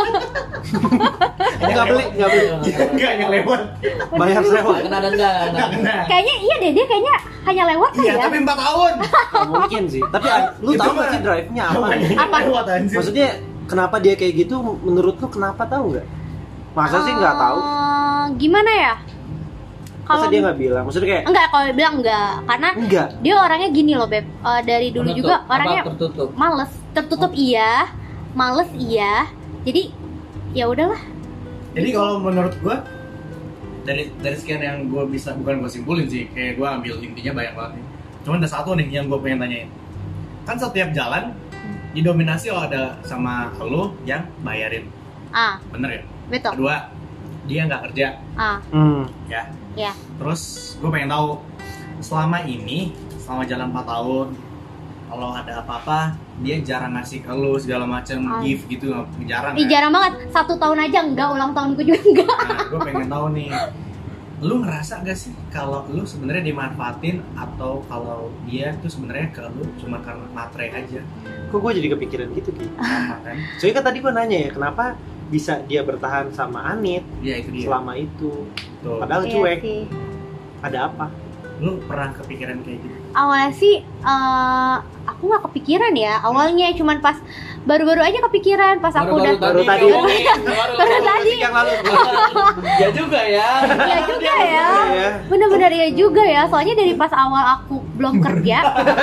Nggak beli, nggak beli. Nggak hanya lewat. Bayar sewa. Kena denda. Nggak kena. Kayaknya iya deh, dia kayaknya hanya lewat Iya, ya. tapi empat tahun. Nggak mungkin sih. Tapi a- lu Itu tahu mah- nggak sih drive-nya apa? Apa? Lewat anjir. Maksudnya kenapa dia kayak gitu? Menurut lu kenapa, tahu nggak? Masa sih nggak tahu? Eh, Gimana ya? Masa dia nggak bilang? Maksudnya kayak enggak, kalau bilang enggak, karena enggak. dia orangnya gini loh beb. Eh, dari dulu Penutup. juga Apa orangnya tertutup. males, tertutup iya, males iya. Jadi ya udahlah. Jadi kalau menurut gua dari dari sekian yang gua bisa, bukan gua simpulin sih, kayak gua ambil intinya banyak banget nih. Cuman ada satu nih yang gua pengen tanyain. Kan setiap jalan didominasi oh ada sama lo yang bayarin, Ah, bener ya? betul. Kedua, dia nggak kerja, Ah, Hmm. ya. ya. Terus gue pengen tahu selama ini, selama jalan empat tahun, kalau ada apa-apa dia jarang ngasih ke lu segala macam Ah. gift gitu, jarang. Ih, kan? jarang banget. Satu tahun aja enggak, ulang tahunku juga enggak. Nah, gue pengen tahu nih, lu ngerasa gak sih kalau lu sebenarnya dimanfaatin atau kalau dia tuh sebenarnya ke lu cuma karena matre aja? Kok gue jadi kepikiran gitu Ki? Sama kan? Soalnya kan tadi gue nanya ya, kenapa bisa dia bertahan sama Anit Iya itu dia. selama itu? Tuh. Padahal Iya cuek. sih. Ada apa? Lu pernah kepikiran kayak gitu? awalnya sih uh, aku nggak kepikiran ya awalnya, cuman pas baru-baru aja kepikiran pas aku udah baru tadi baru tadi yang lalu. Ya juga ya. ya juga ya bener-bener ya juga ya, soalnya dari pas awal aku belum kerja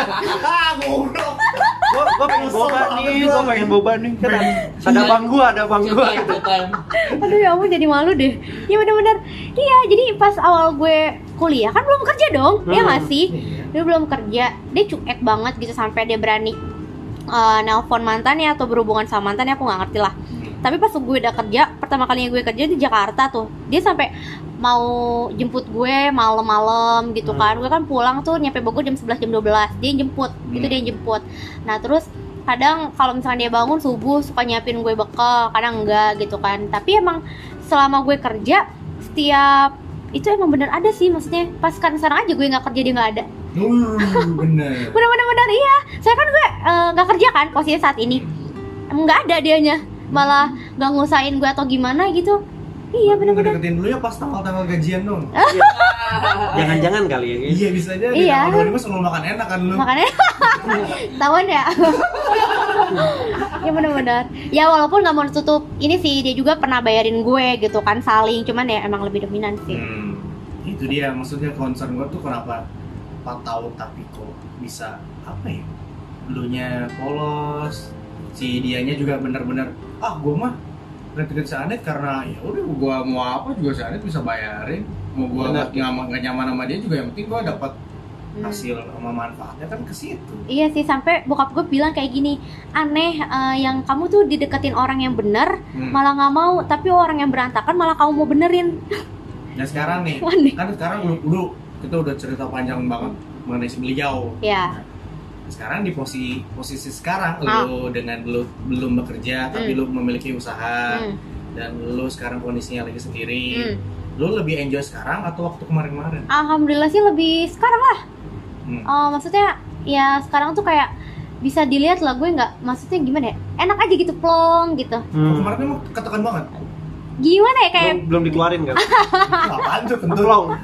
Gua gua pengen boba nih, gua pengen boba nih. Kan ada bang gua, ada bang gua gitu. aduh ya ampun jadi malu deh ya bener-bener iya. Jadi pas awal gue kuliah kan belum kerja dong ya nggak sih, dia belum kerja, dia cuek banget gitu sampai dia berani uh, nelpon mantannya atau berhubungan sama mantannya, aku nggak ngerti lah. Tapi pas gue udah kerja, pertama kalinya gue kerja di Jakarta tuh, dia sampai mau jemput gue malam-malam gitu kan. Gue kan pulang tuh nyampe Bogor jam sebelas jam dua belas, dia yang jemput, gitu dia yang jemput. Nah terus kadang kalau misalnya dia bangun subuh suka nyiapin gue bekal, kadang enggak gitu kan. Tapi emang selama gue kerja setiap itu emang bener ada sih, maksudnya pas kan sekarang aja gue nggak kerja dia nggak ada. Uh, bener. Bener-bener bener iya. Saya kan gue nggak uh, kerja kan posisi saat ini, nggak ada dianya, malah nggak ngusain gue atau gimana gitu. Iya bener-bener. Deketin dulu ya pas tanggal-tanggal gajian dong. Jangan-jangan kali ya guys. Iya bisa aja. Iya. Di tanggal dua puluh lima selalu makan enak kan lu. Makanya tawan ya. Ya bener-bener. Ya walaupun nggak mau tutup ini sih, dia juga pernah bayarin gue gitu kan, saling. Cuman ya emang lebih dominan sih. Hmm, itu dia maksudnya concern gue tuh kenapa empat tahun tapi kok bisa apa ya? Dulunya polos, si dianya juga bener-bener ah gue mah deket si Anet karena ya udah gue mau apa juga si Anet bisa bayarin, mau gue nggak nyaman nggak nyaman sama dia juga yang penting gue dapat hasil sama manfaatnya kan ke situ. Iya sih, sampai bokap gue bilang kayak gini, aneh uh, yang kamu tuh dideketin orang yang bener hmm. malah nggak mau, tapi orang yang berantakan malah kamu mau benerin. Nah sekarang nih aneh. Kan sekarang dulu, dulu kita udah cerita panjang banget mengenai si beliau. Iya. Sekarang di posisi posisi sekarang ah. lu dengan lu belum bekerja tapi hmm. lu memiliki usaha hmm. dan lu sekarang kondisinya lagi sendiri, hmm. lu lebih enjoy sekarang atau waktu kemarin-kemarin? Alhamdulillah sih lebih sekarang lah. hmm. uh, maksudnya ya sekarang tuh kayak bisa dilihat lah, gue nggak, maksudnya gimana ya, enak aja gitu, plong gitu. hmm. Kemarin emang ketekan banget. Gimana ya kayak belum, belum dikeluarin kan? Apaan tuh kentul?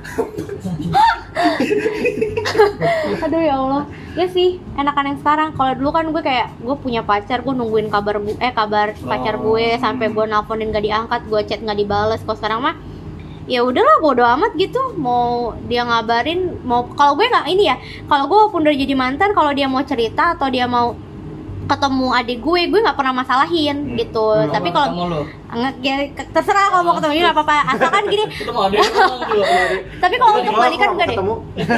Aduh ya Allah, ya sih enakan yang sekarang. Kalau dulu kan gue kayak gue punya pacar, gue nungguin kabar gue, eh kabar pacar gue sampai gue nelfonin gak diangkat, gue chat gak dibales. Kalau sekarang mah ya udahlah bodo amat gitu, mau dia ngabarin, mau kalau gue nggak ini ya, kalau gue walaupun udah jadi mantan, kalau dia mau cerita atau dia mau ketemu adik gue, gue nggak pernah masalahin hmm. gitu. Hmm. Tapi kalau nggak ya, terserah kalau mau ketemu juga nggak apa-apa, asalkan gini. Tapi kalau untuk balikan enggak deh.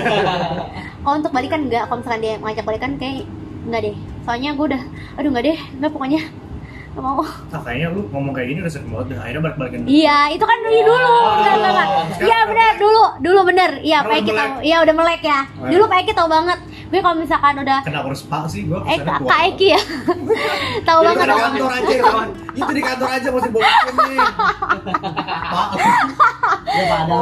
Kalau untuk balikan enggak, kalau misalkan dia ngajak balikan kayak enggak deh. Soalnya gue udah, aduh nggak deh, nggak pokoknya nggak mau. Nah, kayaknya lu ngomong kayak gini udah sering banget deh, akhirnya balik-balikan. Iya, itu kan dulu dulu. Enggak enggak enggak. Iya benar dulu, dulu bener. Iya, Pak Eki tahu. Iya udah melek ya. Dulu Pak Eki tahu banget. Gue kalau misalkan udah kenapa harus Pak sih gue? Eh Kak Eki ya. Tahu banget. Di kantor aja kawan. Itu di kantor aja mesti bawa nih. Pak. Ya Pak Adam.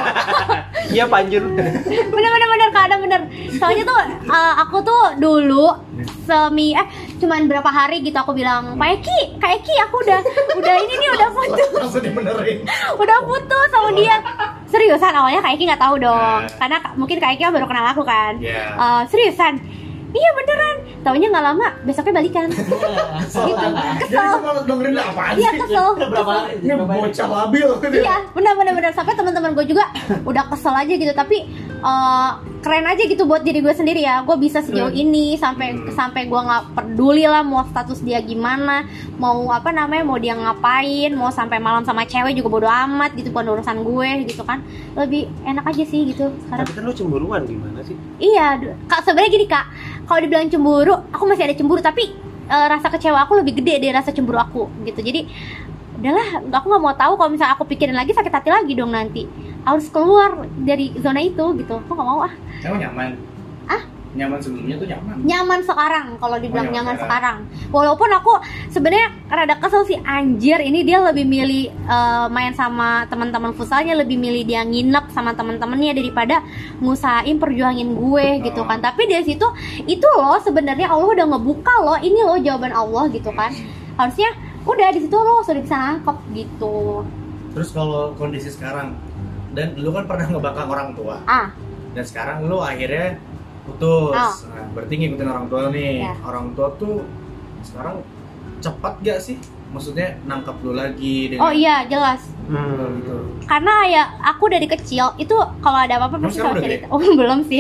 Iya Panjur. Bener bener bener Kak Adam bener. Soalnya tuh uh, aku tuh dulu semi eh cuman berapa hari gitu aku bilang, Pak Eki, Kak Eki aku udah udah ini nih udah putus. Langsung dibenerin. Udah putus sama dia. Seriusan awalnya Kak Eki nggak tahu dong, yeah. karena mungkin Kak Eki baru kenal aku kan. Yeah. Uh, seriusan, iya beneran. Taunya nggak lama, besoknya balikan. Kesel. Gitu. Kesel. Jadi kalau dengerin apaan sih? Iya kesel. Berapa hari? Ini bocah labil. Iya, benar-benar benar. Sampai teman-teman gue juga udah kesel aja gitu. Tapi uh, keren aja gitu buat diri gue sendiri ya. Gue bisa sejauh hmm. ini sampai hmm. sampai gue nggak peduli lah mau status dia gimana, mau apa namanya, mau dia ngapain, mau sampai malam sama cewek juga bodo amat gitu, bukan urusan gue gitu kan. Lebih enak aja sih gitu sekarang. Tapi kan lu cemburuan gimana sih? Iya, Kak, sebenarnya gini Kak, kalau dibilang cemburu, aku masih ada cemburu, tapi uh, rasa kecewa aku lebih gede dari rasa cemburu aku gitu. Jadi udahlah, aku nggak mau tahu kalau misalnya aku pikirin lagi sakit hati lagi dong nanti. Harus keluar dari zona itu gitu. Aku nggak mau ah. Emang nyaman? Ah? Nyaman sebelumnya tuh nyaman. Nyaman sekarang, kalau dibilang oh, nyaman sekarang. sekarang. Walaupun aku sebenarnya rada kesel sih, anjir ini dia lebih milih uh, main sama teman-teman futsalnya, lebih milih dia nginep sama teman-temannya daripada ngusahain perjuangin gue oh. gitu kan. Tapi dari situ itu loh sebenarnya Allah udah ngebuka loh, ini loh jawaban Allah gitu kan. Harusnya udah di situ loh sudah bisa nangkep gitu. Terus kalau kondisi sekarang, dan lu kan pernah ngebakang orang tua. Ah. Dan sekarang lu akhirnya putus. Oh. Nah, berarti ngikutin orang tua nih. Ya. Orang tua tuh sekarang cepat gak sih? Maksudnya nangkep lu lagi dengan Oh iya, jelas. Hmm. gitu. Karena ya aku dari kecil itu kalau ada apa-apa Emang pasti sekarang selalu udah cerita. Oh, belum sih.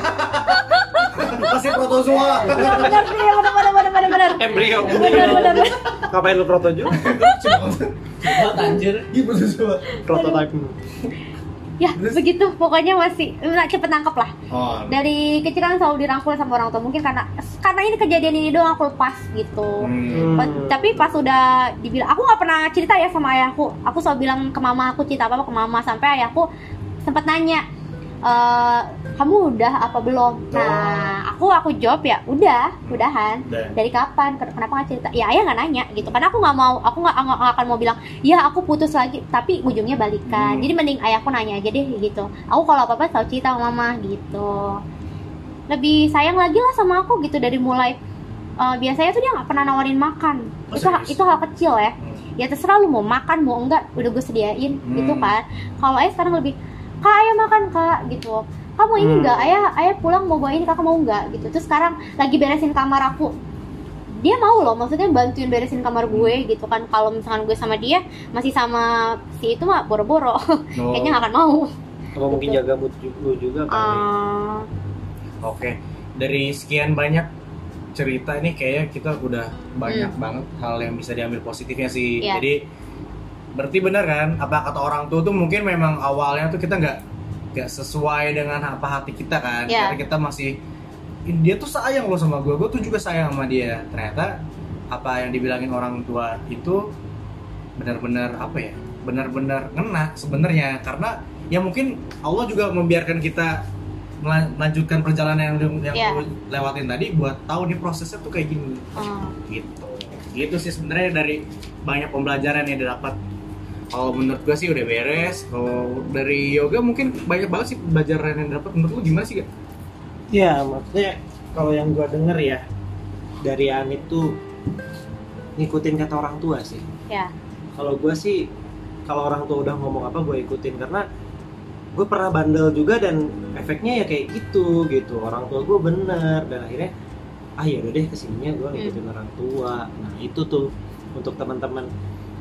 Masih protozoa. Benar sih, benar benar benar benar benar. Embrio. Benar benar. Ngapain lu proto juga? Buat anjir. Iya protozoa. Prototype. Ya, begitu. Pokoknya masih nah, cepet nangkep lah. Oh. Dari kecil kan selalu dirangkul sama orang tua. Mungkin karena karena ini kejadian ini doang aku lepas gitu. Hmm. Pas- tapi pas udah dibilang, aku nggak pernah cerita ya sama ayahku. Aku selalu bilang ke mama aku cerita apa apa ke mama, sampai ayahku sempat nanya, e, kamu udah apa belum? Nah, aku aku jawab ya, udah, udahan. Udah. Dari kapan? Ken- Kenapa nggak cerita? Ya ayah nggak nanya gitu. Karena aku nggak mau, aku nggak nggak nggak akan mau bilang, ya aku putus lagi, tapi ujungnya balikan. Hmm. Jadi mending ayahku nanya aja deh gitu. Aku kalau apa apa selalu cerita sama mama gitu. Lebih sayang lagi lah sama aku gitu dari mulai uh, biasanya tuh dia nggak pernah nawarin makan. Oh, itu serius? itu hal kecil ya. Hmm. Ya terserah lu mau makan mau enggak, udah gue sediain Hmm. gitu kan. Kalau ayah sekarang lebih, kak ayah makan kak gitu. Kamu ini Hmm. enggak, ayah ayah pulang mau bawa ini, kakak mau enggak gitu. Terus sekarang lagi beresin kamar aku, dia mau loh, maksudnya bantuin beresin kamar gue gitu kan. Kalau misalkan gue sama dia masih sama si itu mah boro-boro, Oh. kayaknya nggak akan mau. Apa mungkin jaga mood ju- lu juga kali. Ah, Oke, dari sekian banyak cerita ini kayaknya kita udah banyak Hmm. banget hal yang bisa diambil positifnya sih. Iya. Jadi berarti benar kan? Apa kata orang tua tuh mungkin memang awalnya tuh kita nggak nggak sesuai dengan apa hati kita kan? Iya. Karena kita masih "Ih, dia tuh sayang loh sama gue, gue tuh juga sayang sama dia. Ternyata apa yang dibilangin orang tua itu benar-benar apa ya? Benar-benar ngena sebenarnya, karena ya mungkin Allah juga membiarkan kita melan- melanjutkan perjalanan yang yang Iya. lu lewatin tadi buat tahu nih prosesnya tuh kayak gini ah. gitu. Gitu sih sebenarnya dari banyak pembelajaran yang didapat. Kalau menurut gue sih udah beres. Kalau dari yoga mungkin banyak banget sih pembelajaran yang didapat. Menurut lu gimana sih, Gak? Ya, maksudnya kalau yang gua denger ya dari Anit tuh ngikutin kata orang tua sih. Ya. Kalau gua sih kalau orang tua udah ngomong apa gua ikutin, karena gue pernah bandel juga dan efeknya ya kayak gitu gitu. Orang tua gue bener dan akhirnya ah ya udah deh kesininya gue ngikutin Hmm. orang tua. Nah itu tuh untuk teman-teman.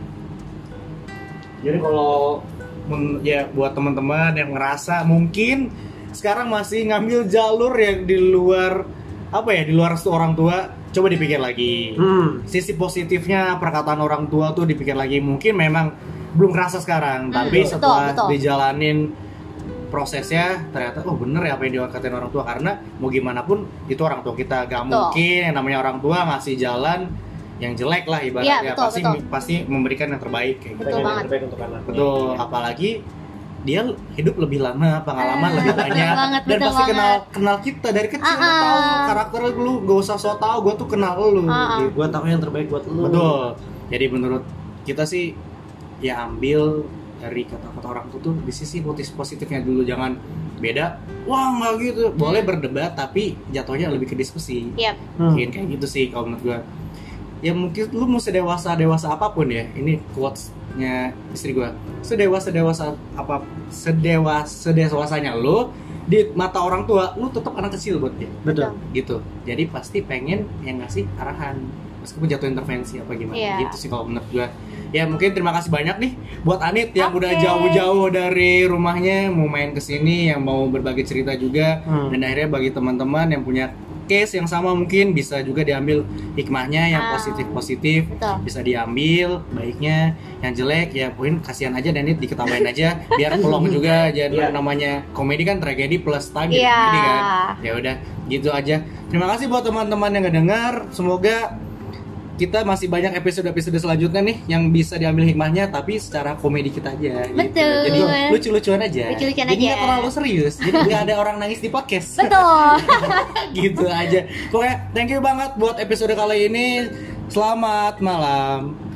Jadi kalau men- ya buat teman-teman yang ngerasa mungkin sekarang masih ngambil jalur yang di luar apa ya, di luar restu orang tua, coba dipikir lagi. Hmm. Sisi positifnya perkataan orang tua tuh dipikir lagi. Mungkin memang belum kerasa sekarang, Hmm, tapi betul, setelah betul. dijalanin prosesnya ternyata oh bener ya apa yang dikatain orang tua, karena mau gimana pun itu orang tua kita, gak Betul. mungkin yang namanya orang tua ngasih jalan yang jelek lah ibaratnya. Iya, betul, pasti betul. pasti memberikan yang terbaik kayak gitu. Betul Pengen yang banget. terbaik untuk anak. Betul, apalagi dia hidup lebih lama, pengalaman Ah, lebih betul banyak, banget, dan betul pasti kenal banget. kenal kita dari kecil. Ah, Lu ah. tahu karakter lu, gak usah so tau, gue tuh kenal lu. Ah, ah. Gue tahu yang terbaik buat lu. Betul. Jadi menurut kita sih ya ambil dari kata-kata orang tua tuh di sisi positif positifnya dulu, jangan beda. Wah nggak gitu, boleh berdebat tapi jatuhnya lebih ke diskusi. Yap. Hmm. Mungkin kayak gitu sih kalau menurut gue. Ya mungkin lu mau sedewasa dewasa apapun ya, ini quotes-nya istri gue. Sedewasa dewasa apa, sedewas sedewasanya lu di mata orang tua, lu tetap anak kecil buat dia. Betul. Gitu. Jadi pasti pengen yang ngasih arahan, meskipun jatuh intervensi apa gimana. Iya. Gitu sih kalau menurut gue. Ya mungkin terima kasih banyak nih buat Anit yang Oke. udah jauh-jauh dari rumahnya mau main kesini, yang mau berbagi cerita juga. Hmm. Dan akhirnya bagi teman-teman yang punya case yang sama mungkin bisa juga diambil hikmahnya yang Ah. positif-positif, Betul. bisa diambil baiknya, yang jelek ya poin kasihan aja dan Nit diketawain aja biar pelong juga. Jadi Iya. namanya komedi kan tragedi plus tragedi Iya. kan. Ya udah gitu aja. Terima kasih buat teman-teman yang ngedengar. Semoga kita masih banyak episode-episode selanjutnya nih yang bisa diambil hikmahnya, tapi secara komedi kita aja gitu. Betul. Jadi lucu-lucuan aja. Lucu-lucuan Jadi aja. nggak terlalu serius. Jadi nggak ada orang nangis di podcast. Betul. Gitu aja. Pokoknya thank you banget buat episode kali ini. Selamat malam.